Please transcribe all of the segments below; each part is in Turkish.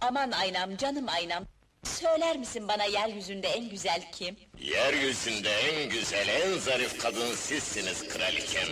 Aman aynam, canım aynam. Söyler misin bana yeryüzünde en güzel kim? Yeryüzünde en güzel, en zarif kadın sizsiniz kraliçem.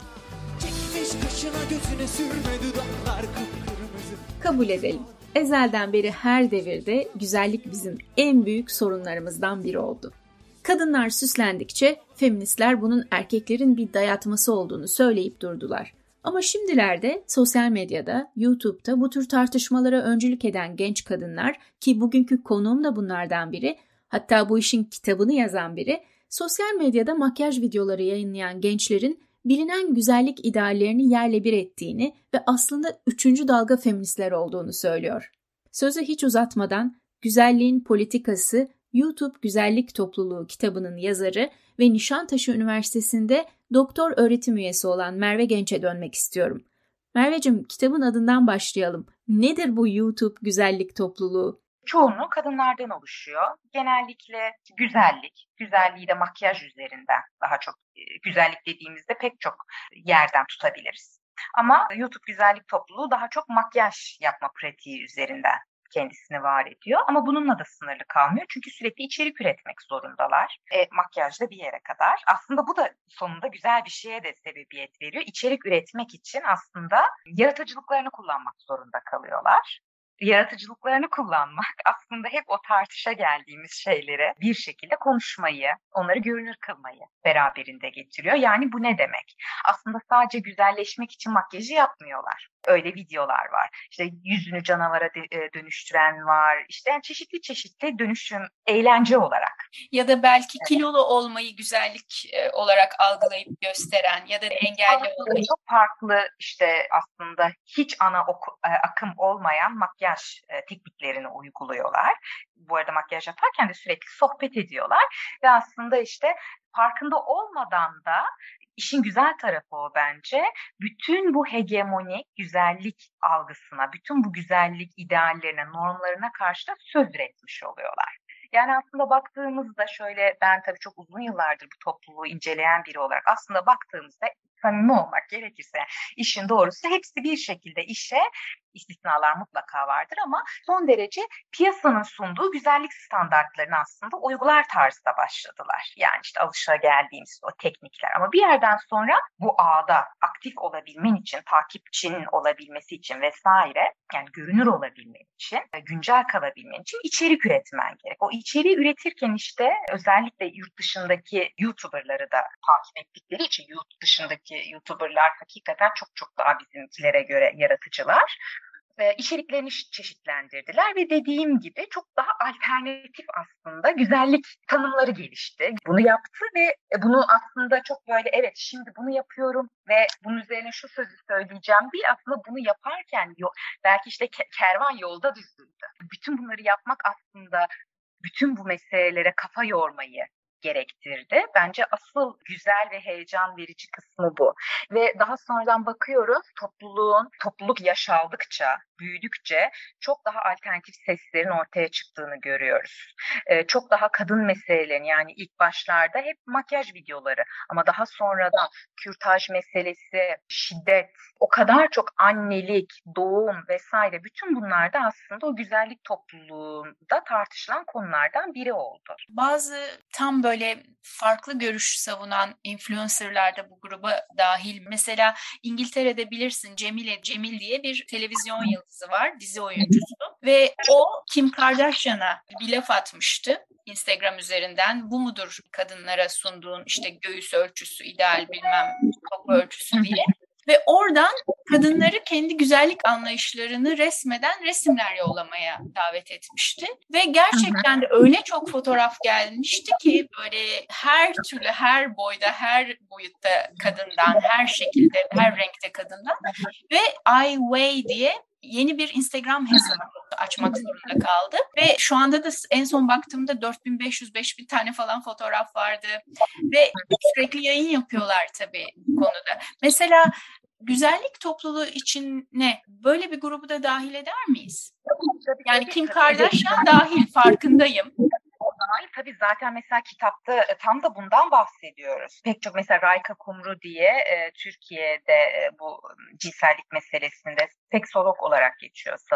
Çekmiş kaşına gözüne sürme dudaklar kıpkırmızı. Kabul edelim. Ezelden beri her devirde güzellik bizim en büyük sorunlarımızdan biri oldu. Kadınlar süslendikçe feministler bunun erkeklerin bir dayatması olduğunu söyleyip durdular. Ama şimdilerde sosyal medyada, YouTube'da bu tür tartışmalara öncülük eden genç kadınlar, ki bugünkü konuğum da bunlardan biri, hatta bu işin kitabını yazan biri, sosyal medyada makyaj videoları yayınlayan gençlerin bilinen güzellik ideallerini yerle bir ettiğini ve aslında 3. dalga feministler olduğunu söylüyor. Sözü hiç uzatmadan Güzelliğin Politikası YouTube Güzellik Topluluğu kitabının yazarı ve Nişantaşı Üniversitesi'nde doktor öğretim üyesi olan Merve Genç'e dönmek istiyorum. Merveciğim, kitabın adından başlayalım. Nedir bu YouTube Güzellik Topluluğu? Çoğunluğu kadınlardan oluşuyor. Genellikle güzelliği de makyaj üzerinden daha çok güzellik dediğimizde pek çok yerden tutabiliriz. Ama YouTube Güzellik Topluluğu daha çok makyaj yapma pratiği üzerinden kendisini var ediyor. Ama bununla da sınırlı kalmıyor. Çünkü sürekli içerik üretmek zorundalar. Makyajda bir yere kadar. Aslında bu da sonunda güzel bir şeye de sebebiyet veriyor. İçerik üretmek için aslında yaratıcılıklarını kullanmak zorunda kalıyorlar. Yaratıcılıklarını kullanmak aslında hep o tartışa geldiğimiz şeyleri bir şekilde konuşmayı, onları görünür kılmayı beraberinde getiriyor. Yani bu ne demek? Aslında sadece güzelleşmek için makyajı yapmıyorlar. Öyle videolar var. İşte yüzünü canavara dönüştüren var. İşte yani çeşitli dönüşüm, eğlence olarak. Ya da belki kilolu olmayı güzellik olarak algılayıp gösteren ya da engelli olmayı. Çok farklı işte aslında hiç ana akım olmayan makyaj tekniklerini uyguluyorlar. Bu arada makyaj yaparken de sürekli sohbet ediyorlar ve aslında işte farkında olmadan da işin güzel tarafı o bence. Bütün bu hegemonik güzellik algısına, bütün bu güzellik ideallerine, normlarına karşı da söz üretmiş oluyorlar. Yani aslında baktığımızda şöyle, ben tabii çok uzun yıllardır bu topluluğu inceleyen biri olarak aslında baktığımızda samimi olmak gerekirse işin doğrusu hepsi bir şekilde işe, istisnalar mutlaka vardır ama son derece piyasanın sunduğu güzellik standartlarını aslında uygular tarzda başladılar. Yani işte alışageldiğimiz o teknikler ama bir yerden sonra bu ağda aktif olabilmen için, takipçinin olabilmesi için vesaire, yani görünür olabilmen için, güncel kalabilmen için içerik üretmen gerek. O içeriği üretirken işte özellikle yurt dışındaki YouTuber'ları da takip ettikleri için yurt dışındaki YouTuber'lar hakikaten çok daha bizimkilere göre yaratıcılar. İçeriklerini çeşitlendirdiler ve dediğim gibi çok daha alternatif aslında güzellik tanımları gelişti. Bunu yaptı ve bunu aslında çok böyle evet şimdi bunu yapıyorum ve bunun üzerine şu sözü söyleyeceğim değil, aslında bunu yaparken belki işte kervan yolda düzüldü. Bütün bunları yapmak aslında bütün bu meselelere kafa yormayı gerektirdi. Bence asıl güzel ve heyecan verici kısmı bu. Ve daha sonradan bakıyoruz topluluk yaşaldıkça, büyüdükçe çok daha alternatif seslerin ortaya çıktığını görüyoruz. Çok daha kadın meselelerini, yani ilk başlarda hep makyaj videoları ama daha sonradan kürtaj meselesi, şiddet, o kadar çok annelik, doğum vesaire, bütün bunlar da aslında o güzellik topluluğunda tartışılan konulardan biri oldu. Bazı tam böyle farklı görüş savunan influencerlar da bu gruba dahil. Mesela İngiltere'de bilirsin Cemil diye bir televizyon yıldızı var, dizi oyuncusu ve o Kim Kardashian'a bir laf atmıştı Instagram üzerinden. Bu mudur kadınlara sunduğun işte göğüs ölçüsü, ideal bilmem top ölçüsü diye. Ve oradan kadınları kendi güzellik anlayışlarını resmeden resimler yollamaya davet etmişti. Ve gerçekten de öyle çok fotoğraf gelmişti ki böyle her türlü, her boyda, her boyutta kadından, her şekilde, her renkte kadından. Ve Ai Weiwei diye yeni bir Instagram hesabı açmak zorunda kaldı. Ve şu anda da en son baktığımda 4500-5000 tane falan fotoğraf vardı. Ve sürekli yayın yapıyorlar tabii bu konuda. Mesela güzellik topluluğu için ne? Böyle bir grubu da dahil eder miyiz? Yani Kim Kardashian dahil, farkındayım. Tabii zaten mesela kitapta tam da bundan bahsediyoruz. Pek çok mesela Rayka Kumru diye Türkiye'de bu cinsellik meselesinde seksolog olarak geçiyor sanırım.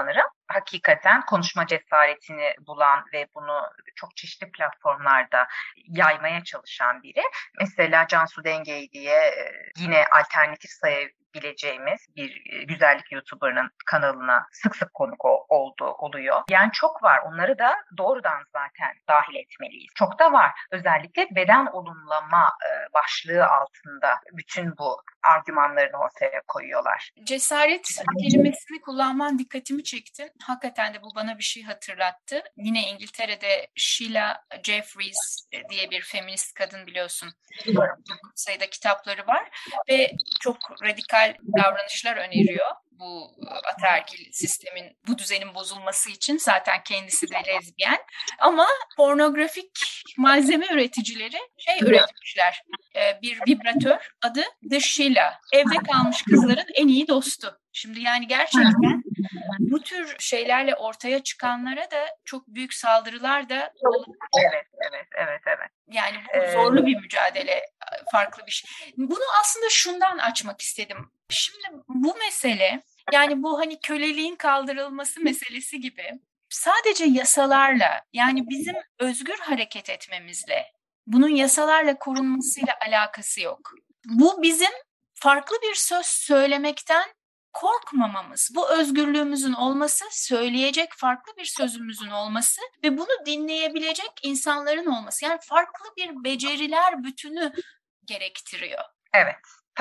hakikaten konuşma cesaretini bulan ve bunu çok çeşitli platformlarda yaymaya çalışan biri. Mesela Cansu Dengey diye yine alternatif sayabileceğimiz bir güzellik YouTuber'ının kanalına sık sık konuk oluyor. Yani çok var. Onları da doğrudan zaten dahil etmeliyiz. Çok da var. Özellikle beden olumlama başlığı altında bütün bu argümanlarını ortaya koyuyorlar. Cesaret kelimesini kullanman dikkatimi çekti. Hakikaten de bu bana bir şey hatırlattı. Yine İngiltere'de Sheila Jeffreys diye bir feminist kadın, biliyorsun. Çok sayıda kitapları var ve çok radikal davranışlar öneriyor bu ataerkil sistemin, bu düzenin bozulması için. Zaten kendisi de lezbiyen ama pornografik malzeme üreticileri üretmişler. Bir vibratör, adı The Sheila. Evde kalmış kızların en iyi dostu. Şimdi yani gerçekten bu tür şeylerle ortaya çıkanlara da çok büyük saldırılar da Evet. Yani bu zorlu bir mücadele, farklı bir şey. Bunu aslında şundan açmak istedim. Şimdi bu mesele, yani bu hani köleliğin kaldırılması meselesi gibi sadece yasalarla, yani bizim özgür hareket etmemizle, bunun yasalarla korunmasıyla alakası yok. Bu bizim farklı bir söz söylemekten korkmamamız, bu özgürlüğümüzün olması, söyleyecek farklı bir sözümüzün olması ve bunu dinleyebilecek insanların olması. Yani farklı bir beceriler bütünü gerektiriyor. Evet.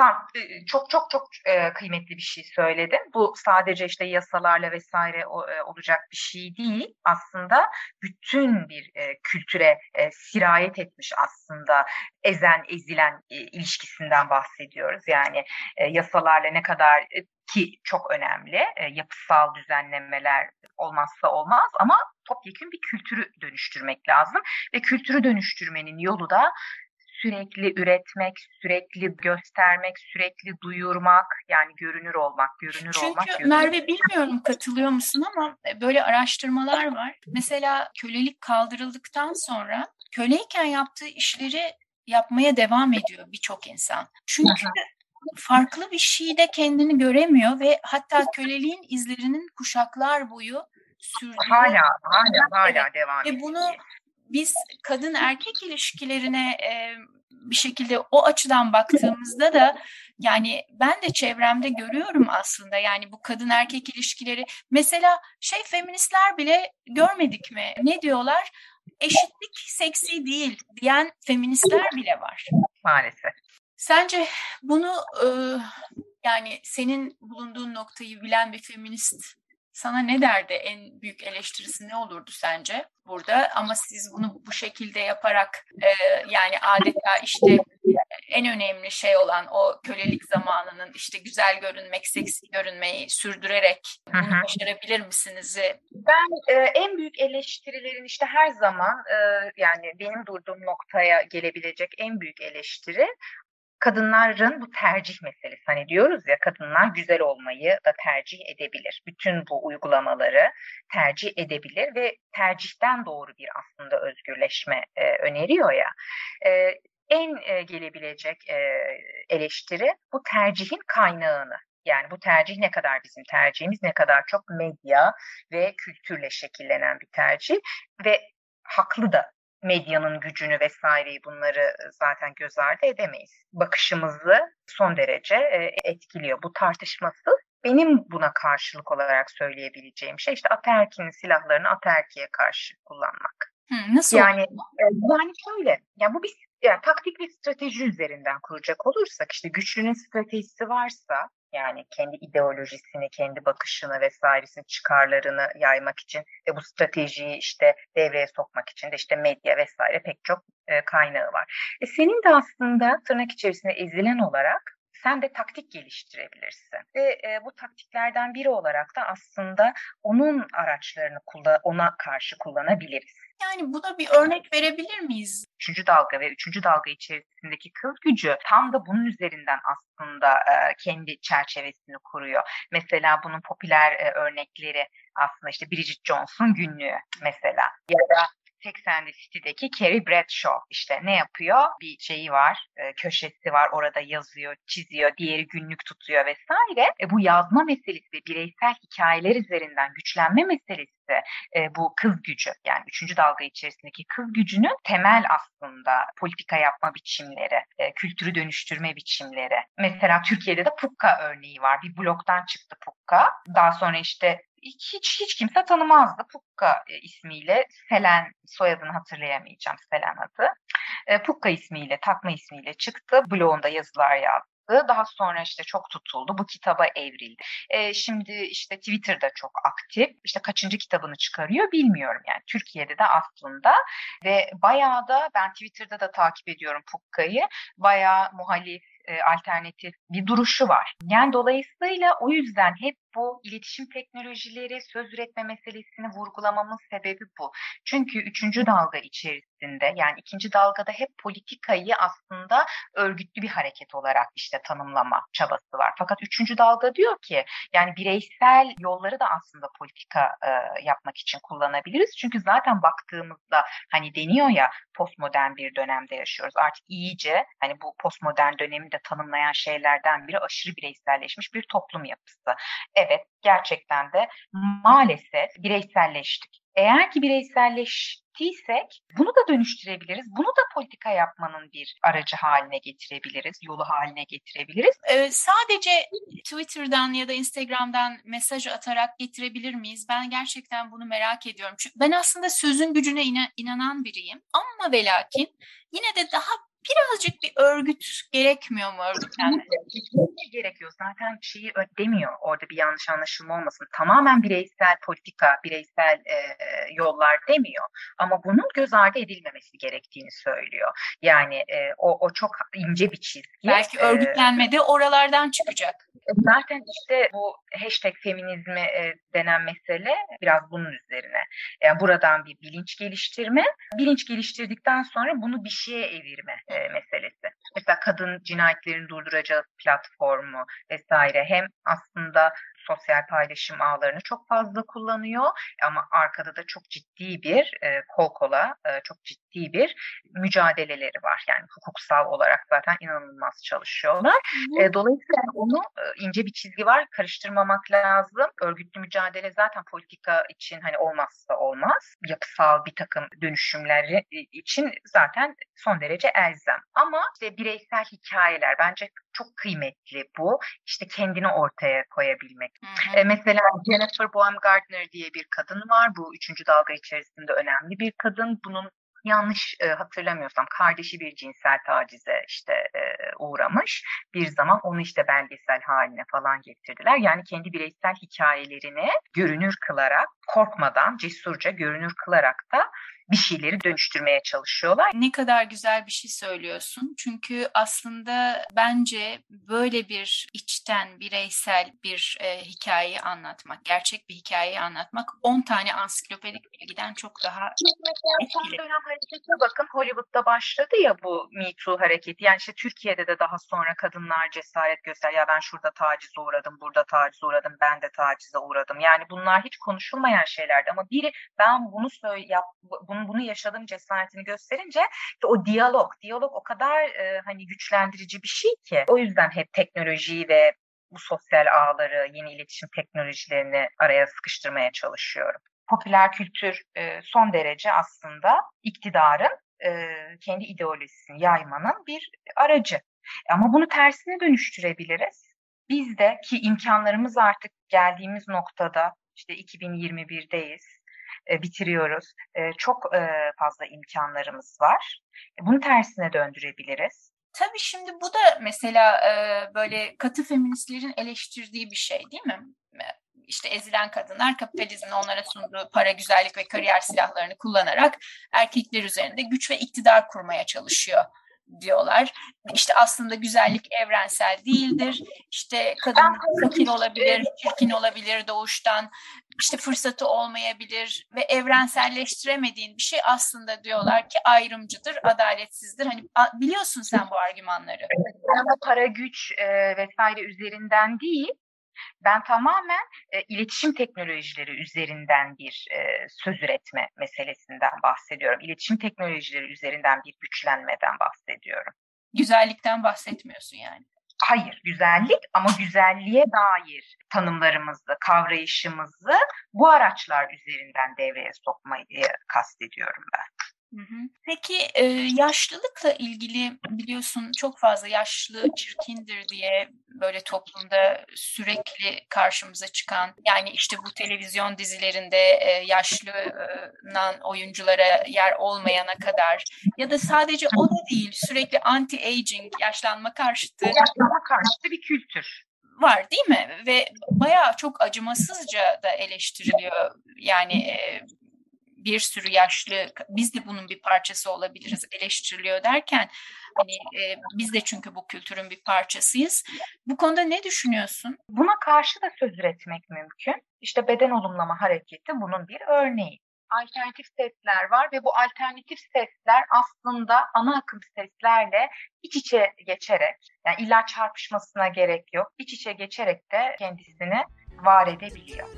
Çok kıymetli bir şey söyledin. Bu sadece işte yasalarla vesaire olacak bir şey değil. Aslında bütün bir kültüre sirayet etmiş aslında ezilen ilişkisinden bahsediyoruz. Yani yasalarla ne kadar ki çok önemli yapısal düzenlemeler olmazsa olmaz ama topyekün bir kültürü dönüştürmek lazım ve kültürü dönüştürmenin yolu da sürekli üretmek, sürekli göstermek, sürekli duyurmak, yani görünür olmak. Çünkü Merve, bilmiyorum katılıyor musun ama böyle araştırmalar var. Mesela kölelik kaldırıldıktan sonra köleyken yaptığı işleri yapmaya devam ediyor birçok insan. Çünkü farklı bir şeyde kendini göremiyor ve hatta köleliğin izlerinin kuşaklar boyu sürdüğü. Hala devam ediyor. Ve bunu biz kadın erkek ilişkilerine bir şekilde o açıdan baktığımızda da, yani ben de çevremde görüyorum aslında, yani bu kadın erkek ilişkileri, mesela feministler bile görmedik mi? Ne diyorlar? Eşitlik seksi değil diyen feministler bile var. Maalesef. Sence bunu yani senin bulunduğun noktayı bilen bir feminist sana ne derdi? En büyük eleştirisi ne olurdu sence burada? Ama siz bunu bu şekilde yaparak yani adeta işte en önemli şey olan o kölelik zamanının işte güzel görünmek, seksi görünmeyi sürdürerek bunu başarabilir misiniz? Ben en büyük eleştirilerin işte her zaman yani benim durduğum noktaya gelebilecek en büyük eleştiri kadınların bu tercih meselesi. Hani diyoruz ya, kadınlar güzel olmayı da tercih edebilir. Bütün bu uygulamaları tercih edebilir ve tercihten doğru bir aslında özgürleşme öneriyor ya. En gelebilecek eleştiri bu tercihin kaynağını. Yani bu tercih ne kadar bizim tercihimiz, ne kadar çok medya ve kültürle şekillenen bir tercih ve haklı da. Medyanın gücünü vesaireyi, bunları zaten göz ardı edemeyiz. Bakışımızı son derece etkiliyor. Bu tartışmasız. Benim buna karşılık olarak söyleyebileceğim şey işte ataerkinin silahlarını ataerkiye karşı kullanmak. Nasıl? Yani şöyle. Yani bu bir taktik ve strateji üzerinden kuracak olursak, işte güçlünün stratejisi varsa, yani kendi ideolojisini, kendi bakışını vesairesini, çıkarlarını yaymak için ve bu stratejiyi işte devreye sokmak için de işte medya vesaire pek çok kaynağı var. Senin de aslında tırnak içerisinde ezilen olarak sen de taktik geliştirebilirsin. Ve bu taktiklerden biri olarak da aslında onun araçlarını ona karşı kullanabiliriz. Yani buna bir örnek verebilir miyiz? 3. dalga ve 3. dalga içerisindeki kız gücü tam da bunun üzerinden aslında kendi çerçevesini kuruyor. Mesela bunun popüler örnekleri aslında işte Bridget Jones'un Günlüğü mesela, ya da Sex and the City'deki Carrie Bradshaw işte ne yapıyor? Bir şeyi var, köşesi var, orada yazıyor, çiziyor, diğeri günlük tutuyor vesaire. Bu yazma meselesi, bireysel hikayeler üzerinden güçlenme meselesi, bu kız gücü, yani 3. dalga içerisindeki kız gücünün temel aslında politika yapma biçimleri, kültürü dönüştürme biçimleri. Mesela Türkiye'de de Pukka örneği var. Bir blogdan çıktı Pukka. Daha sonra işte hiç kimse tanımazdı Pukka ismiyle. Selen, soyadını hatırlayamayacağım, Selen adı. Pukka ismiyle, takma ismiyle çıktı. Blogunda yazılar yazdı. Daha sonra işte çok tutuldu. Bu kitaba evrildi. Şimdi işte Twitter'da çok aktif. İşte kaçıncı kitabını çıkarıyor bilmiyorum. Yani Türkiye'de de aslında ve bayağı da ben Twitter'da da takip ediyorum Pukka'yı. Bayağı muhalif, alternatif bir duruşu var. Yani dolayısıyla o yüzden hep bu iletişim teknolojileri, söz üretme meselesini vurgulamamın sebebi bu. Çünkü 3. dalga içerisinde, yani 2. dalgada hep politikayı aslında örgütlü bir hareket olarak işte tanımlama çabası var. Fakat 3. dalga diyor ki yani bireysel yolları da aslında politika yapmak için kullanabiliriz. Çünkü zaten baktığımızda hani deniyor ya, postmodern bir dönemde yaşıyoruz. Artık iyice hani bu postmodern dönemi de tanımlayan şeylerden biri aşırı bireyselleşmiş bir toplum yapısı. Evet, gerçekten de maalesef bireyselleştik. Eğer ki bireyselleştiysek bunu da dönüştürebiliriz. Bunu da politika yapmanın bir aracı haline getirebiliriz, yolu haline getirebiliriz. Sadece Twitter'dan ya da Instagram'dan mesaj atarak getirebilir miyiz? Ben gerçekten bunu merak ediyorum. Çünkü ben aslında sözün gücüne inanan biriyim. Ama ve lakin yine de daha birazcık bir örgüt gerekmiyor mu örgütlenme? Kesinlikle gerekiyor. Zaten şeyi demiyor, orada bir yanlış anlaşılma olmasın. Tamamen bireysel politika, bireysel yollar demiyor. Ama bunun göz ardı edilmemesi gerektiğini söylüyor. Yani o çok ince bir çizgi. Belki örgütlenme de oralardan çıkacak. Zaten işte bu hashtag feminizmi denen mesele biraz bunun üzerine. Yani buradan bir bilinç geliştirme, bilinç geliştirdikten sonra bunu bir şeye evirme meselesi. Mesela kadın cinayetlerini durduracağız platformu vesaire, hem aslında sosyal paylaşım ağlarını çok fazla kullanıyor ama arkada da çok ciddi bir kol kola, çok ciddi bir mücadeleleri var. Yani hukuksal olarak zaten inanılmaz çalışıyorlar. Dolayısıyla onu ince bir çizgi var, karıştırmamak lazım. Örgütlü mücadele zaten politika için hani olmazsa olmaz. Yapısal bir takım dönüşümleri için zaten son derece elzem. Ama işte bireysel hikayeler bence çok kıymetli bu. İşte kendini ortaya koyabilmek. Mesela Jennifer Baumgartner diye bir kadın var. Bu 3. dalga içerisinde önemli bir kadın. Bunun yanlış hatırlamıyorsam kardeşi bir cinsel tacize işte uğramış. Bir zaman onu işte belgesel haline falan getirdiler. Yani kendi bireysel hikayelerini görünür kılarak, korkmadan, cesurca görünür kılarak da bir şeyleri dönüştürmeye çalışıyorlar. Ne kadar güzel bir şey söylüyorsun. Çünkü aslında bence böyle bir içten, bireysel bir hikayeyi anlatmak, gerçek bir hikayeyi anlatmak 10 tane ansiklopedik bilgiden çok daha Son dönem hareketine bakın, Hollywood'da başladı ya bu Me Too hareketi. Yani işte Türkiye'de de daha sonra kadınlar cesaret göster. Ya ben şurada tacize uğradım, burada tacize uğradım, ben de tacize uğradım. Yani bunlar hiç konuşulmayan şeylerdi ama biri ben bunu yaşadım cesaretini gösterince işte o diyalog o kadar hani güçlendirici bir şey ki. O yüzden hep teknolojiyi ve bu sosyal ağları, yeni iletişim teknolojilerini araya sıkıştırmaya çalışıyorum. Popüler kültür son derece aslında iktidarın kendi ideolojisini yaymanın bir aracı. Ama bunu tersine dönüştürebiliriz. Biz de ki imkanlarımız artık geldiğimiz noktada işte 2021'deyiz. Bitiriyoruz. Çok fazla imkanlarımız var. Bunu tersine döndürebiliriz. Tabii şimdi bu da mesela böyle katı feministlerin eleştirdiği bir şey değil mi? İşte ezilen kadınlar kapitalizmin onlara sunduğu para, güzellik ve kariyer silahlarını kullanarak erkekler üzerinde güç ve iktidar kurmaya çalışıyor diyorlar. İşte aslında güzellik evrensel değildir. İşte kadın fakir olabilir, çirkin olabilir doğuştan. İşte fırsatı olmayabilir ve evrenselleştiremediğin bir şey aslında diyorlar ki ayrımcıdır, adaletsizdir. Hani biliyorsun sen bu argümanları. Ama para, güç vesaire üzerinden değil, Ben tamamen iletişim teknolojileri üzerinden bir söz üretme meselesinden bahsediyorum. İletişim teknolojileri üzerinden bir güçlenmeden bahsediyorum. Güzellikten bahsetmiyorsun yani. Hayır, güzellik ama güzelliğe dair tanımlarımızı, kavrayışımızı bu araçlar üzerinden devreye sokmayı kastediyorum ben. Peki yaşlılıkla ilgili biliyorsun çok fazla yaşlı çirkindir diye böyle toplumda sürekli karşımıza çıkan, yani işte bu televizyon dizilerinde yaşlınan oyunculara yer olmayana kadar ya da sadece o da değil, sürekli anti-aging, yaşlanma karşıtı Bir kültür var değil mi? Ve bayağı çok acımasızca da eleştiriliyor yani. Bir sürü yaşlı, biz de bunun bir parçası olabiliriz eleştiriliyor derken hani biz de çünkü bu kültürün bir parçasıyız. Bu konuda ne düşünüyorsun? Buna karşı da söz üretmek mümkün. İşte beden olumlama hareketi bunun bir örneği. Alternatif sesler var ve bu alternatif sesler aslında ana akım seslerle iç içe geçerek, yani illa çarpışmasına gerek yok, iç içe geçerek de kendisini var edebiliyor.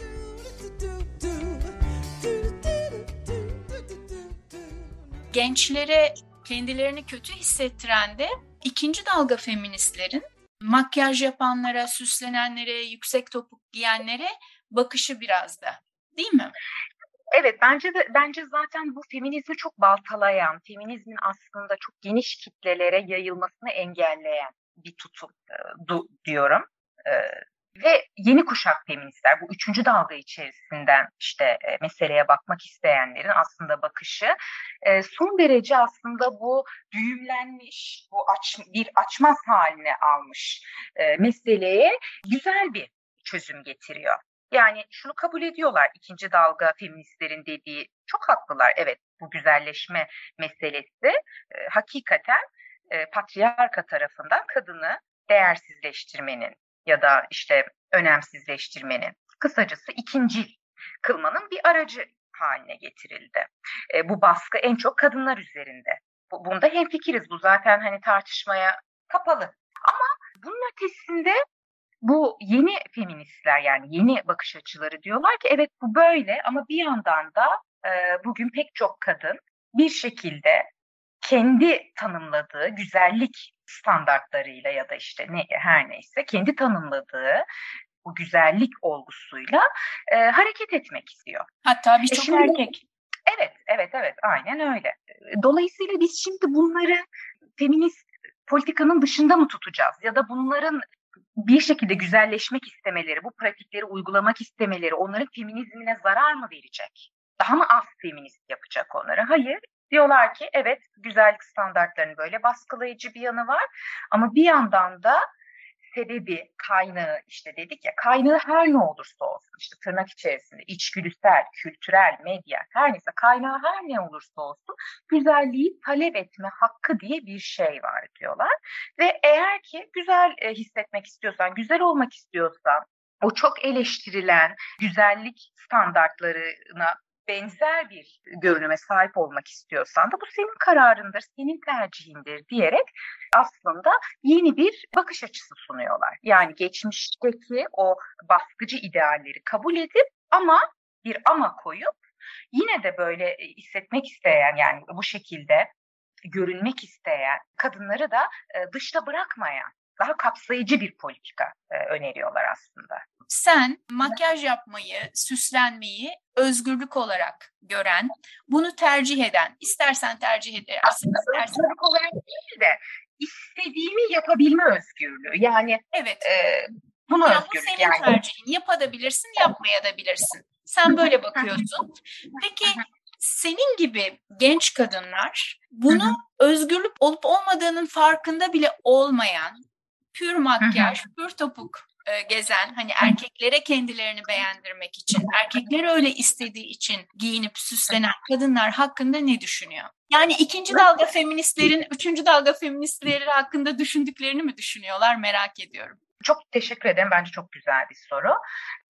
Gençlere kendilerini kötü hissettiren de ikinci dalga feministlerin makyaj yapanlara, süslenenlere, yüksek topuk giyenlere bakışı biraz da, değil mi? Evet, bence zaten bu feminizmi çok baltalayan, feminizmin aslında çok geniş kitlelere yayılmasını engelleyen bir tutum diyorum. Ve yeni kuşak feministler, bu üçüncü dalga içerisinden işte meseleye bakmak isteyenlerin aslında bakışı son derece aslında bu düğümlenmiş, bu bir açmaz haline almış meseleye güzel bir çözüm getiriyor. Yani şunu kabul ediyorlar, ikinci dalga feministlerin dediği, çok haklılar. Evet, bu güzelleşme meselesi hakikaten patriarka tarafından kadını değersizleştirmenin ya da işte önemsizleştirmenin, kısacası ikincil kılmanın bir aracı haline getirildi. Bu baskı en çok kadınlar üzerinde. Bunda hemfikiriz. Bu zaten hani tartışmaya kapalı. Ama bunun ötesinde bu yeni feministler, yani yeni bakış açıları diyorlar ki evet bu böyle, ama bir yandan da bugün pek çok kadın bir şekilde kendi tanımladığı güzellik standartlarıyla ya da işte her neyse kendi tanımladığı bu güzellik olgusuyla hareket etmek istiyor. Hatta birçok erkek. Evet, aynen öyle. Dolayısıyla biz şimdi bunları feminist politikanın dışında mı tutacağız ya da bunların bir şekilde güzelleşmek istemeleri, bu pratikleri uygulamak istemeleri onların feminizmine zarar mı verecek? Daha mı az feminist yapacak onları? Hayır. Diyorlar ki evet, güzellik standartlarının böyle baskılayıcı bir yanı var ama bir yandan da sebebi, kaynağı, işte dedik ya, kaynağı her ne olursa olsun, işte tırnak içerisinde içgüdüsel, kültürel, medya, her neyse, kaynağı her ne olursa olsun güzelliği talep etme hakkı diye bir şey var diyorlar. Ve eğer ki güzel hissetmek istiyorsan, güzel olmak istiyorsan, o çok eleştirilen güzellik standartlarına benzer bir görünüme sahip olmak istiyorsan da bu senin kararındır, senin tercihindir diyerek aslında yeni bir bakış açısı sunuyorlar. Yani geçmişteki o baskıcı idealleri kabul edip ama bir ama koyup yine de böyle hissetmek isteyen, yani bu şekilde görünmek isteyen kadınları da dışta bırakmayan, daha kapsayıcı bir politika öneriyorlar aslında. Sen makyaj yapmayı, süslenmeyi özgürlük olarak gören, bunu tercih eden, istersen tercih edersin, istersen... Özgürlük olarak değil de istediğimi yapabilme özgürlüğü. Yani evet. Bunu ya bu senin tercihin. Yapabilirsin, yapmayabilirsin. Sen böyle bakıyorsun. Peki senin gibi genç kadınlar bunu özgürlük olup olmadığının farkında bile olmayan, pür makyaj, pür topuk gezen, hani erkeklere kendilerini beğendirmek için, erkekler öyle istediği için giyinip süslenen kadınlar hakkında ne düşünüyor? Yani ikinci dalga feministlerin, üçüncü dalga feministleri hakkında düşündüklerini mi düşünüyorlar, merak ediyorum. Çok teşekkür ederim. Bence çok güzel bir soru.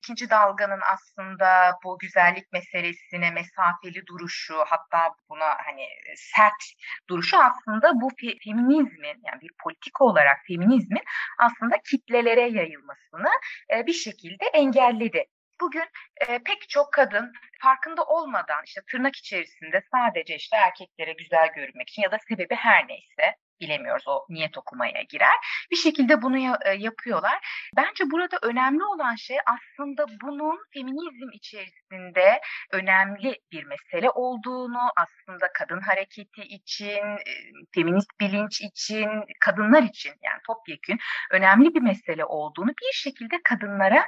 ikinci dalganın aslında bu güzellik meselesine mesafeli duruşu, hatta buna hani sert duruşu aslında bu feminizmin, yani bir politika olarak feminizmin aslında kitlelere yayılmasını bir şekilde engelledi. Bugün pek çok kadın farkında olmadan işte tırnak içerisinde sadece işte erkeklere güzel görünmek için ya da sebebi her neyse, bilemiyoruz, o niyet okumaya girer. Bir şekilde bunu yapıyorlar. Bence burada önemli olan şey aslında bunun feminizm içerisinde önemli bir mesele olduğunu, aslında kadın hareketi için, feminist bilinç için, kadınlar için yani topyekün önemli bir mesele olduğunu bir şekilde kadınlara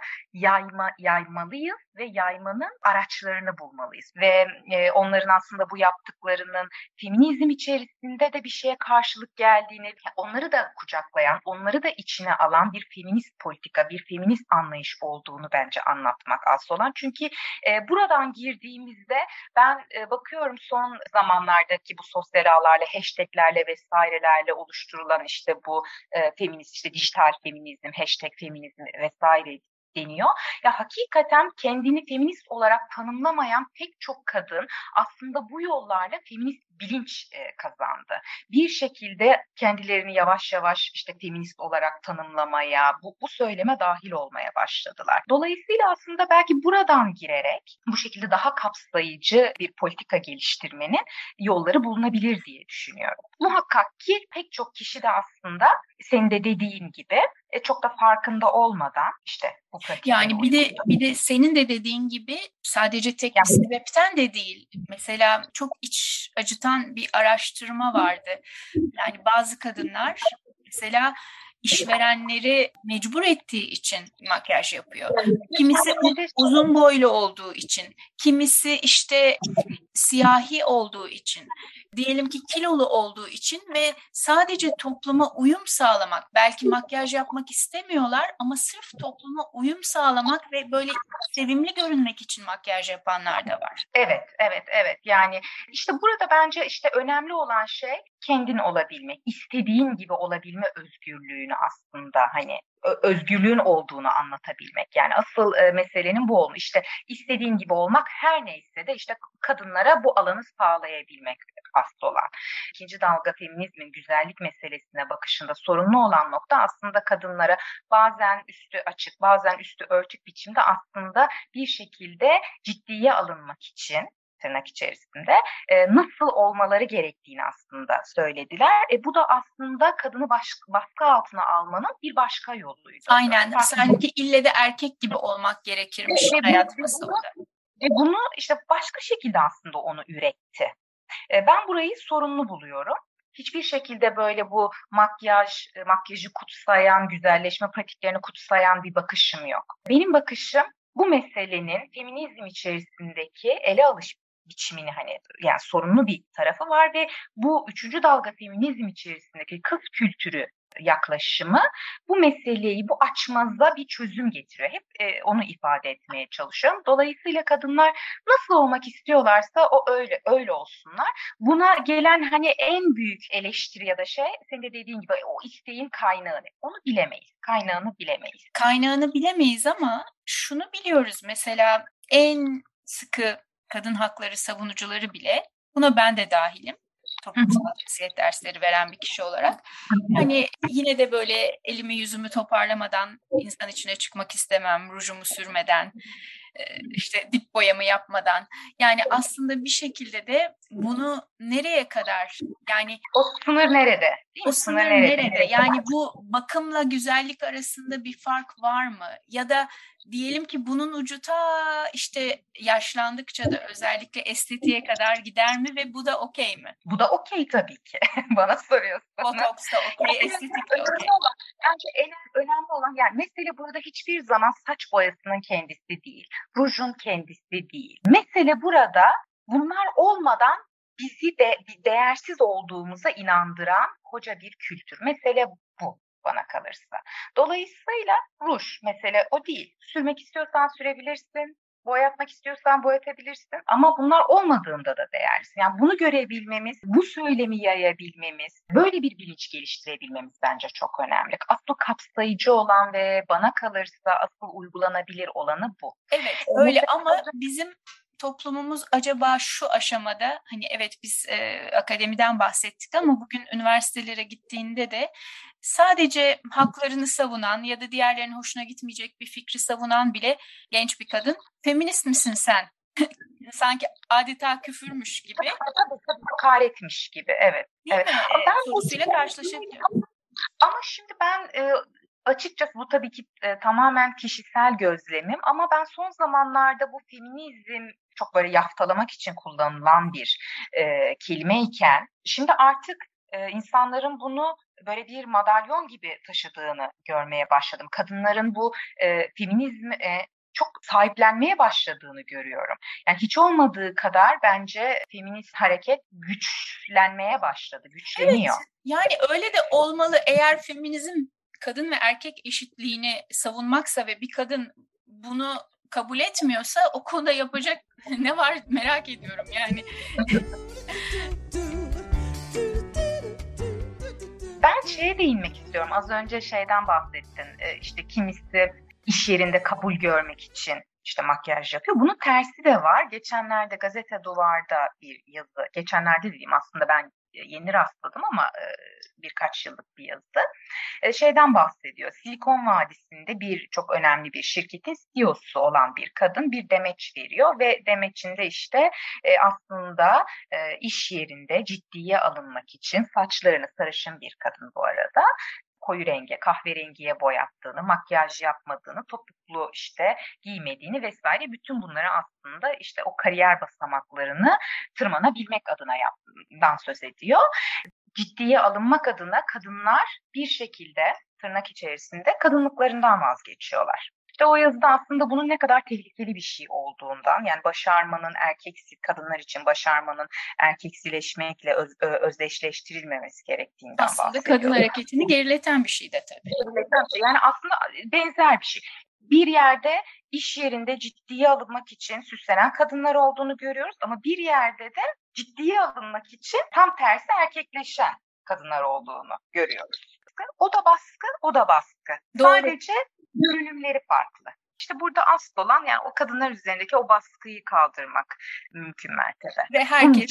yaymalıyız ve yaymanın araçlarını bulmalıyız. Ve onların aslında bu yaptıklarının feminizm içerisinde de bir şeye karşılık geldiğini, onları da kucaklayan, onları da içine alan bir feminist politika, bir feminist anlayış olduğunu bence anlatmak asıl olan. Çünkü buradan girdiğimizde ben bakıyorum son zamanlardaki bu sosyal ağlarla, hashtaglerle vesairelerle oluşturulan işte bu feminist, işte dijital feminizm, hashtag feminizm vesaire deniyor. Ya hakikaten kendini feminist olarak tanımlamayan pek çok kadın aslında bu yollarla feminist bilinç kazandı. Bir şekilde kendilerini yavaş yavaş işte feminist olarak tanımlamaya, bu söyleme dahil olmaya başladılar. Dolayısıyla aslında belki buradan girerek bu şekilde daha kapsayıcı bir politika geliştirmenin yolları bulunabilir diye düşünüyorum. Muhakkak ki pek çok kişi de aslında senin de dediğin gibi çok da farkında olmadan işte bu pratikleri Yani bir de senin de dediğin gibi sadece tek bir sebepten de değil. Mesela çok iç acıtan bir araştırma vardı. Yani bazı kadınlar mesela işverenleri mecbur ettiği için makyaj yapıyor. Kimisi uzun boylu olduğu için, kimisi işte siyahi olduğu için, diyelim ki kilolu olduğu için ve sadece topluma uyum sağlamak, belki makyaj yapmak istemiyorlar ama sırf topluma uyum sağlamak ve böyle sevimli görünmek için makyaj yapanlar da var. Evet. Yani işte burada bence işte önemli olan şey kendin olabilmek, istediğin gibi olabilme özgürlüğünü aslında hani özgürlüğün olduğunu anlatabilmek. Yani asıl meselenin bu olmuş. İşte istediğin gibi olmak, her neyse de işte kadınlara bu alanı sağlayabilmek asıl olan. İkinci dalga feminizmin güzellik meselesine bakışında sorunlu olan nokta aslında kadınlara bazen üstü açık, bazen üstü örtük biçimde aslında bir şekilde ciddiye alınmak için tırnak içerisinde nasıl olmaları gerektiğini aslında söylediler. Bu da aslında kadını baskı altına almanın bir başka yoluydu. Aynen. Sanki ille de erkek gibi olmak gerekirmiş hayat masasında. Bunu işte başka şekilde aslında onu üretti. Ben burayı sorunlu buluyorum. Hiçbir şekilde böyle bu makyajı kutsayan, güzelleşme pratiklerini kutsayan bir bakışım yok. Benim bakışım bu meselenin feminizm içerisindeki ele alış biçimini hani yani sorunlu bir tarafı var ve bu üçüncü dalga feminizm içerisindeki kız kültürü yaklaşımı bu meseleyi, bu açmaza bir çözüm getiriyor. Hep onu ifade etmeye çalışıyorum. Dolayısıyla kadınlar nasıl olmak istiyorlarsa o öyle olsunlar. Buna gelen hani en büyük eleştiri ya da şey, senin de dediğin gibi o isteğin kaynağı ne? Onu bilemeyiz. Kaynağını bilemeyiz Ama şunu biliyoruz. Mesela en sıkı kadın hakları savunucuları bile, buna ben de dahilim, toplumsal cinsiyet dersleri veren bir kişi olarak, hani yine de böyle elimi yüzümü toparlamadan insan içine çıkmak istemem, rujumu sürmeden, işte dip boyamı yapmadan. Yani aslında bir şekilde de bunu nereye kadar, yani o sınır nerede? O sınır nerede? Yani bu bakımla güzellik arasında bir fark var mı? Ya da diyelim ki bunun ucu ta işte yaşlandıkça da özellikle estetiğe kadar gider mi ve bu da okey mi? Bu da okey tabii ki. Bana soruyorsun. Botoks da okey, estetik de okey. Bence en önemli olan, yani mesele burada hiçbir zaman saç boyasının kendisi değil, rujun kendisi değil. Mesele burada bunlar olmadan bizi de değersiz olduğumuza inandıran koca bir kültür. Mesele bu bana kalırsa. Dolayısıyla ruj mesele o değil. Sürmek istiyorsan sürebilirsin. boyatmak istiyorsan boyatabilirsin ama bunlar olmadığında da değerlisin. Yani bunu görebilmemiz, bu söylemi yayabilmemiz, böyle bir bilinç geliştirebilmemiz bence çok önemli. Asıl kapsayıcı olan ve bana kalırsa asıl uygulanabilir olanı bu. Evet, öyle ama bizim toplumumuz acaba şu aşamada, hani evet biz akademiden bahsettik ama bugün üniversitelere gittiğinde de sadece haklarını savunan ya da diğerlerinin hoşuna gitmeyecek bir fikri savunan bile genç bir kadın, feminist misin sen? Sanki adeta küfürmüş gibi. Hakaretmiş gibi, evet. Değil evet. mi? Sorusuyla karşılaşabiliyorum. Ama şimdi ben açıkçası bu tabii ki tamamen kişisel gözlemim ama ben son zamanlarda bu feminizm çok böyle yaftalamak için kullanılan bir kelimeyken şimdi artık insanların bunu böyle bir madalyon gibi taşıdığını görmeye başladım. Kadınların bu feminizme çok sahiplenmeye başladığını görüyorum. Yani hiç olmadığı kadar bence feminist hareket güçlenmeye başladı, güçleniyor. Evet, yani öyle de olmalı. Eğer feminizm kadın ve erkek eşitliğini savunmaksa ve bir kadın bunu kabul etmiyorsa o konuda yapacak ne var merak ediyorum yani. Ben şeye değinmek istiyorum. Az önce şeyden bahsettin. İşte kimisi iş yerinde kabul görmek için işte makyaj yapıyor. Bunun tersi de var. Geçenlerde Gazete Duvar'da bir yazı, geçenlerde diyeyim aslında ben yeni rastladım ama birkaç yıllık bir yazı. Şeyden bahsediyor. Silikon Vadisi'nde çok önemli bir şirketin CEO'su olan bir kadın bir demeç veriyor ve demeçinde işte aslında iş yerinde ciddiye alınmak için saçlarını sarışın bir kadın bu arada koyu renge, kahverengiye boyattığını, makyaj yapmadığını, topuklu işte giymediğini vesaire bütün bunları aslında işte o kariyer basamaklarını tırmanabilmek adına söz ediyor. Ciddiye alınmak adına kadınlar bir şekilde tırnak içerisinde kadınlıklarından vazgeçiyorlar. İşte o yazıda aslında bunun ne kadar tehlikeli bir şey olduğundan, yani başarmanın kadınlar için başarmanın erkeksileşmekle özdeşleştirilmemesi gerektiğinden aslında bahsediyor. Aslında kadın hareketini gerileten bir şey de tabii. Yani aslında benzer bir şey. Bir yerde iş yerinde ciddiye alınmak için süslenen kadınlar olduğunu görüyoruz ama bir yerde de ciddiye alınmak için tam tersi erkekleşen kadınlar olduğunu görüyoruz. O da baskı, o da baskı. Doğru. Sadece görünümleri farklı. İşte burada asıl olan yani o kadınlar üzerindeki o baskıyı kaldırmak mümkün mertebe. Ve herkes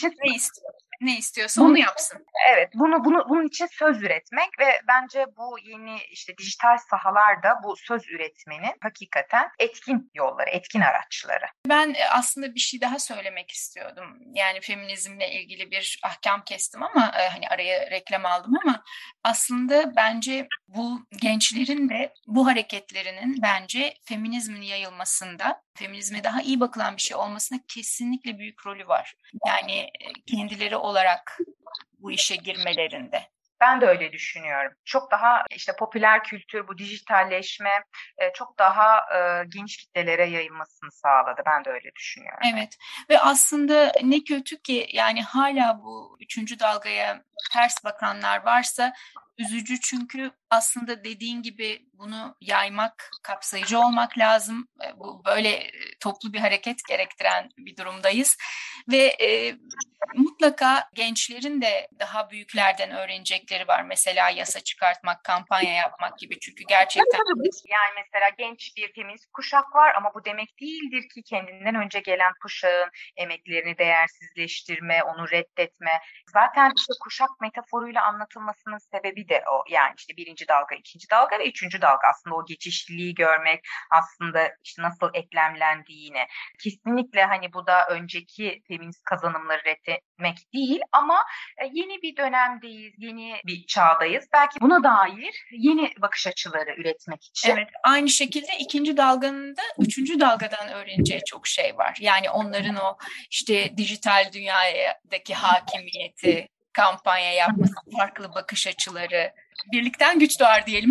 ne istiyorsa onu yapsın. Evet, bunun için söz üretmek ve bence bu yeni işte dijital sahalarda bu söz üretmenin hakikaten etkin yolları, etkin araçları. Ben aslında bir şey daha söylemek istiyordum. Yani feminizmle ilgili bir ahkam kestim ama hani araya reklam aldım ama aslında bence bu gençlerin de bu hareketlerinin bence feminizmin yayılmasında, feminizme daha iyi bakılan bir şey olmasına kesinlikle büyük rolü var. Yani kendileri olarak bu işe girmelerinde. Ben de öyle düşünüyorum. Çok daha işte popüler kültür, bu dijitalleşme çok daha geniş kitlelere yayılmasını sağladı. Ben de öyle düşünüyorum. Evet ve aslında ne kötü ki yani hala bu 3. dalgaya ters bakanlar varsa üzücü çünkü aslında dediğin gibi bunu yaymak, kapsayıcı olmak lazım. Bu böyle toplu bir hareket gerektiren bir durumdayız ve mutlaka gençlerin de daha büyüklerden öğrenecekleri var. Mesela yasa çıkartmak, kampanya yapmak gibi çünkü gerçekten... Yani mesela genç bir feminist kuşak var ama bu demek değildir ki kendinden önce gelen kuşağın emeklerini değersizleştirme, onu reddetme. Zaten işte kuşak metaforuyla anlatılmasının sebebi de o. Yani işte 1. dalga, 2. dalga ve 3. dalga aslında o geçişliliği görmek, aslında işte nasıl eklemlendiğini. Kesinlikle hani bu da önceki feminist kazanımları reddetmek değil ama yeni bir dönemdeyiz, yeni bir çağdayız. Belki buna dair yeni bakış açıları üretmek için. Evet, aynı şekilde 2. dalganın da 3. dalgadan öğreneceği çok şey var. Yani onların o işte dijital dünyadaki hakimiyeti, kampanya yapması, farklı bakış açıları. Birlikten güç doğar diyelim.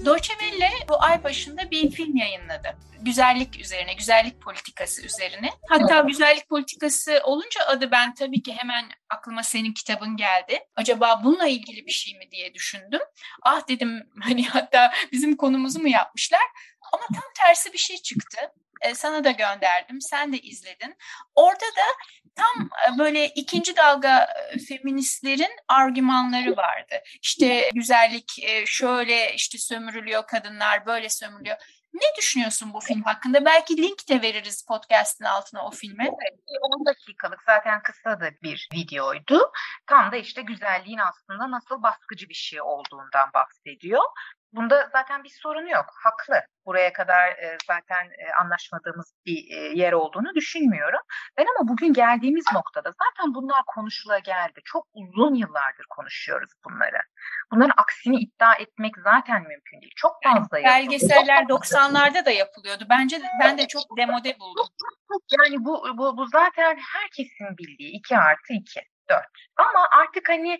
Deutsche Welle bu ay başında bir film yayınladı. Güzellik üzerine, güzellik politikası üzerine. Hatta güzellik politikası olunca adı ben tabii ki hemen aklıma senin kitabın geldi. Acaba bununla ilgili bir şey mi diye düşündüm. Ah dedim hani hatta bizim konumuzu mu yapmışlar? Ama tam tersi bir şey çıktı. Sana da gönderdim, sen de izledin. Orada da tam böyle ikinci dalga feministlerin argümanları vardı. İşte güzellik şöyle işte sömürülüyor kadınlar, böyle sömürülüyor. Ne düşünüyorsun bu film hakkında? Belki link de veririz podcast'ın altına o filme. Evet, 10 dakikalık zaten kısa da bir videoydu. Tam da işte güzelliğin aslında nasıl baskıcı bir şey olduğundan bahsediyor. Bunda zaten bir sorun yok. Haklı. Buraya kadar zaten anlaşmadığımız bir yer olduğunu düşünmüyorum. Ben ama bugün geldiğimiz noktada zaten bunlar konuşula geldi. Çok uzun yıllardır konuşuyoruz bunları. Bunların aksini iddia etmek zaten mümkün değil. Çok fazla yani belgeseller 90'larda da yapılıyordu. Bence ben de çok demode buldum. Yani bu zaten herkesin bildiği 2+2, 4. Ama artık hani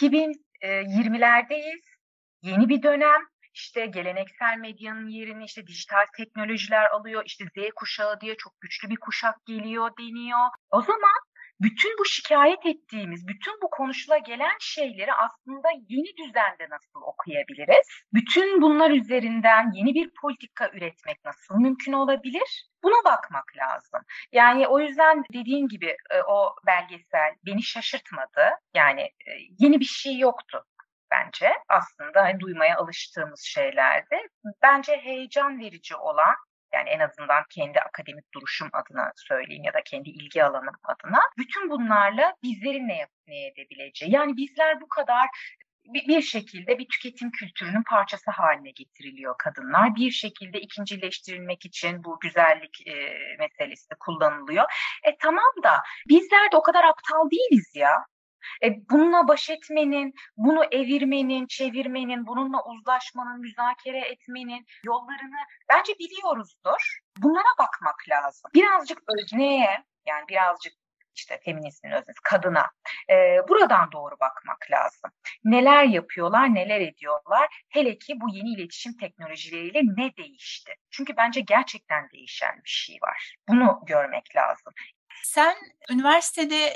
2020'lerdeyiz. Yeni bir dönem. İşte geleneksel medyanın yerini işte dijital teknolojiler alıyor. İşte Z kuşağı diye çok güçlü bir kuşak geliyor deniyor. O zaman bütün bu şikayet ettiğimiz, bütün bu konuşula gelen şeyleri aslında yeni düzende nasıl okuyabiliriz? Bütün bunlar üzerinden yeni bir politika üretmek nasıl mümkün olabilir? Buna bakmak lazım. Yani o yüzden dediğim gibi o belgesel beni şaşırtmadı. Yani yeni bir şey yoktu. Bence aslında hani duymaya alıştığımız şeylerdi. Bence heyecan verici olan, yani en azından kendi akademik duruşum adına söyleyeyim ya da kendi ilgi alanım adına, bütün bunlarla bizlerin ne edebileceği. Yani bizler bu kadar bir şekilde bir tüketim kültürünün parçası haline getiriliyor kadınlar. Bir şekilde ikincileştirilmek için bu güzellik meselesi kullanılıyor. Tamam da bizler de o kadar aptal değiliz ya. Bununla baş etmenin, bunu evirmenin, çevirmenin, bununla uzlaşmanın, müzakere etmenin yollarını bence biliyoruzdur. Bunlara bakmak lazım. Birazcık özneye, yani birazcık işte feministin öznesi, kadına buradan doğru bakmak lazım. Neler yapıyorlar, neler ediyorlar? Hele ki bu yeni iletişim teknolojileriyle ne değişti? Çünkü bence gerçekten değişen bir şey var. Bunu görmek lazım. Sen üniversitede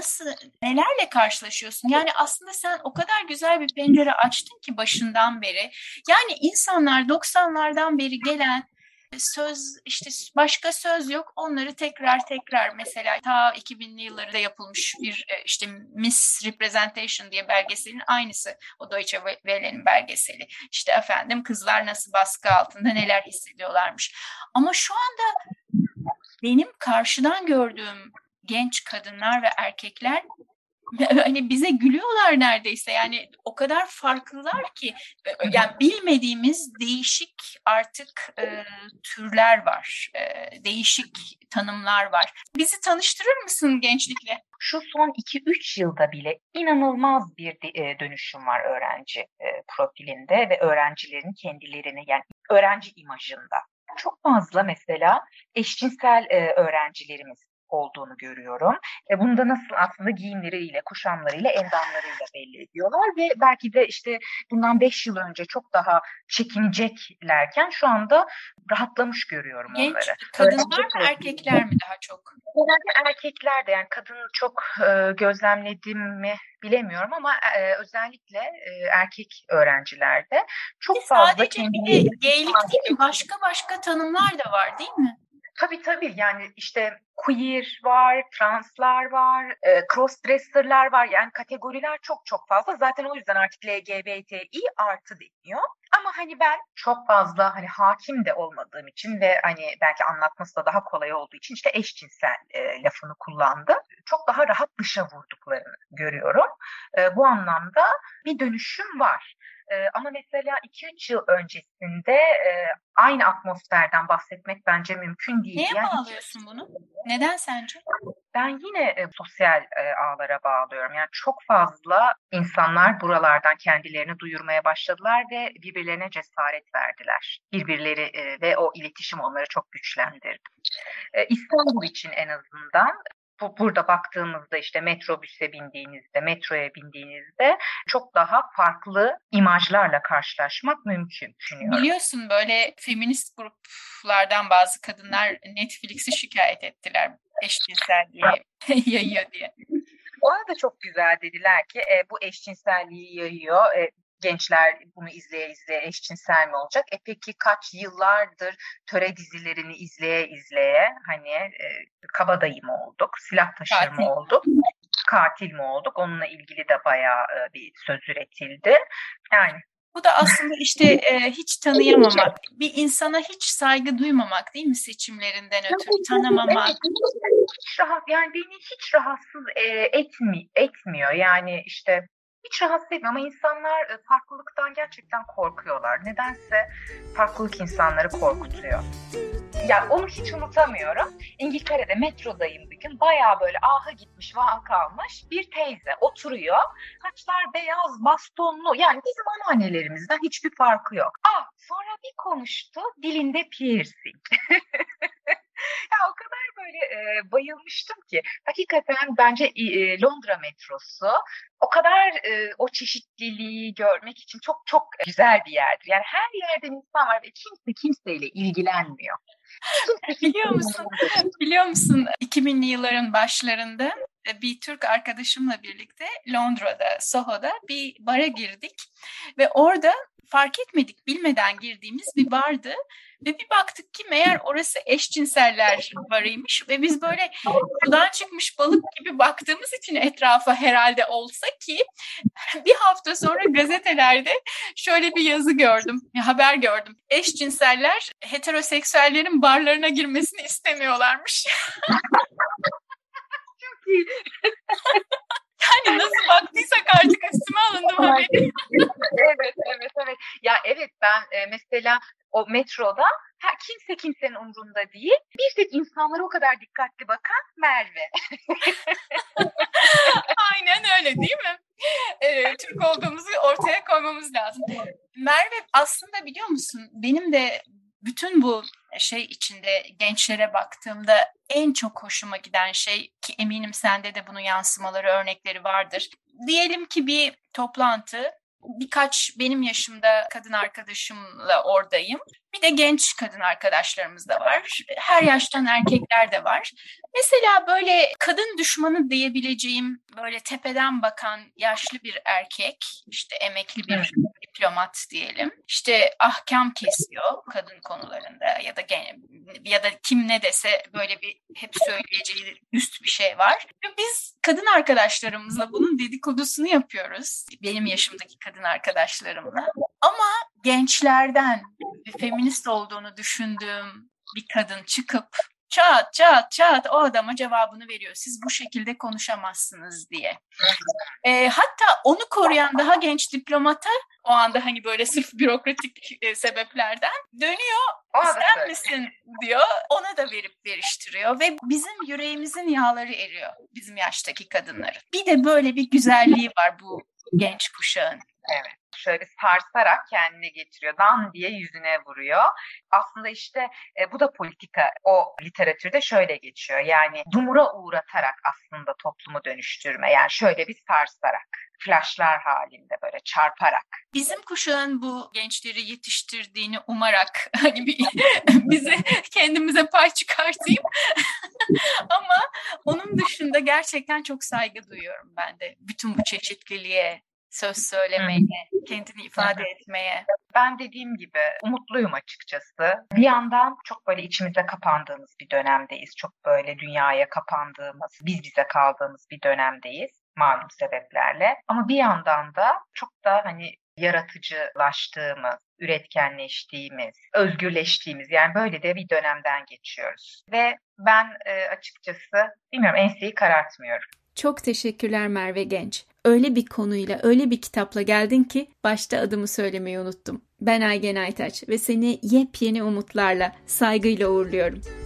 nelerle karşılaşıyorsun? Yani aslında sen o kadar güzel bir pencere açtın ki başından beri. Yani insanlar 90'lardan beri gelen söz, işte başka söz yok, onları tekrar mesela ta 2000'li yıllarda yapılmış bir işte Misrepresentation diye belgeselin aynısı, o Deutsche Welle'nin belgeseli. İşte efendim kızlar nasıl baskı altında neler hissediyorlarmış. Ama şu anda benim karşıdan gördüğüm genç kadınlar ve erkekler hani bize gülüyorlar neredeyse. Yani o kadar farklılar ki, yani bilmediğimiz değişik artık türler var, değişik tanımlar var. Bizi tanıştırır mısın gençlikle? Şu son 2-3 yılda bile inanılmaz bir dönüşüm var öğrenci profilinde ve öğrencilerin kendilerini, yani öğrenci imajında. Çok fazla mesela eşcinsel öğrencilerimiz olduğunu görüyorum. Bunu da nasıl aslında giyimleriyle, kuşamlarıyla, endamlarıyla belli ediyorlar ve belki de işte bundan 5 yıl önce çok daha çekineceklerken şu anda rahatlamış görüyorum genç onları. Kadınlar mı, erkekler mi daha çok? Genelde erkekler de, yani kadın çok gözlemledim mi bilemiyorum ama özellikle erkek öğrencilerde çok fazla sadece kendileri... geylik değil mi? Başka tanımlar da var değil mi? Tabii yani işte queer var, translar var, crossdresser'lar var, yani kategoriler çok fazla. Zaten o yüzden artık LGBTİ artı deniyor. Ama hani ben çok fazla hani hakim de olmadığım için ve hani belki anlatması da daha kolay olduğu için işte eşcinsel lafını kullandım. Çok daha rahat dışa vurduklarını görüyorum. Bu anlamda bir dönüşüm var. Ama mesela 2-3 yıl öncesinde aynı atmosferden bahsetmek bence mümkün değil. Neye bağlıyorsun bunu? Neden sence? Ben yine sosyal ağlara bağlıyorum. Yani çok fazla insanlar buralardan kendilerini duyurmaya başladılar ve birbirlerine cesaret verdiler. Birbirleri ve o iletişim onları çok güçlendirdi. İstanbul için en azından burada baktığımızda işte metrobüse bindiğinizde, metroya bindiğinizde çok daha farklı imajlarla karşılaşmak mümkün düşünüyorum. Biliyorsun böyle feminist gruplardan bazı kadınlar Netflix'i şikayet ettiler eşcinselliği yayıyor diye. Ona da çok güzel dediler ki bu eşcinselliği yayıyor. Gençler bunu izleye izleye eşcinsel mi olacak? Peki kaç yıllardır töre dizilerini izleye hani kabadayı mı olduk, silah taşır mı olduk, katil mi olduk? Onunla ilgili de bayağı bir söz üretildi. Yani bu da aslında işte hiç tanıyamamak, bir insana hiç saygı duymamak değil mi, seçimlerinden ötürü tanımamak. Yani beni hiç rahatsız etmiyor. Yani işte hiç rahatsız etmiyor ama insanlar farklılıktan gerçekten korkuyorlar. Nedense farklılık insanları korkutuyor. Yani onu hiç unutamıyorum. İngiltere'de metrodayım bir gün. Bayağı böyle aha gitmiş, vaha kalmış bir teyze oturuyor. Saçlar beyaz, bastonlu. Yani bizim anneannelerimizden hiçbir farkı yok. Sonra bir konuştu, dilinde piercing. Ya o kadar böyle bayılmıştım ki. Hakikaten bence Londra metrosu o kadar o çeşitliliği görmek için çok çok güzel bir yerdir. Yani her yerden insan var ve kimse kimseyle ilgilenmiyor. Biliyor musun 2000'li yılların başlarında bir Türk arkadaşımla birlikte Londra'da, Soho'da bir bara girdik ve orada fark etmedik, bilmeden girdiğimiz bir bardı ve bir baktık ki meğer orası eşcinseller barıymış ve biz böyle sudan çıkmış balık gibi baktığımız için etrafa herhalde olsa ki bir hafta sonra gazetelerde şöyle bir yazı gördüm, bir haber gördüm. Eşcinseller heteroseksüellerin barlarına girmesini istemiyorlarmış. Çok iyi. Yani nasıl baktıysak artık üstüme alındım haberi. Evet. Ya evet, ben mesela o metroda kimsenin umrunda değil. Bir tek insanlara o kadar dikkatli bakan Merve. Aynen öyle değil mi? Türk olduğumuzu ortaya koymamız lazım. Merve aslında biliyor musun benim de bütün bu şey içinde gençlere baktığımda en çok hoşuma giden şey, ki eminim sende de bunun yansımaları, örnekleri vardır. Diyelim ki bir toplantı, birkaç benim yaşımda kadın arkadaşımla oradayım. Bir de genç kadın arkadaşlarımız da var. Her yaştan erkekler de var. Mesela böyle kadın düşmanı diyebileceğim, böyle tepeden bakan yaşlı bir erkek, işte emekli bir diplomat diyelim. İşte ahkam kesiyor kadın konularında ya da kim ne dese böyle bir hep söyleyeceği üst bir şey var. Ve biz kadın arkadaşlarımızla bunun dedikodusunu yapıyoruz. Benim yaşımdaki kadın arkadaşlarımla. Ama gençlerden bir feminist olduğunu düşündüğüm bir kadın çıkıp çat o adama cevabını veriyor. Siz bu şekilde konuşamazsınız diye. Hatta onu koruyan daha genç diplomata o anda hani böyle sırf bürokratik sebeplerden dönüyor. Sen misin diyor. Ona da veriştiriyor ve bizim yüreğimizin yağları eriyor bizim yaştaki kadınların. Bir de böyle bir güzelliği var bu genç kuşağın. Evet. Şöyle sarsarak kendine getiriyor. Dan diye yüzüne vuruyor. Aslında işte bu da politika. O literatürde şöyle geçiyor. Yani dumura uğratarak aslında toplumu dönüştürme. Yani şöyle bir sarsarak. Flashlar halinde böyle çarparak. Bizim kuşağın bu gençleri yetiştirdiğini umarak hani bize kendimize pay çıkartayım. Ama onun dışında gerçekten çok saygı duyuyorum ben de bütün bu çeşitliliğe, söz söylemeye, kendini ifade etmeye. Ben dediğim gibi umutluyum açıkçası. Bir yandan çok böyle içimize kapandığımız bir dönemdeyiz. Çok böyle dünyaya kapandığımız, biz bize kaldığımız bir dönemdeyiz malum sebeplerle. Ama bir yandan da çok da hani yaratıcılaştığımız, üretkenleştiğimiz, özgürleştiğimiz, yani böyle de bir dönemden geçiyoruz. Ve ben açıkçası bilmiyorum, enseyi karartmıyorum. Çok teşekkürler Merve Genç. Öyle bir konuyla, öyle bir kitapla geldin ki başta adımı söylemeyi unuttum. Ben Aygen Aytaç ve seni yepyeni umutlarla, saygıyla uğurluyorum.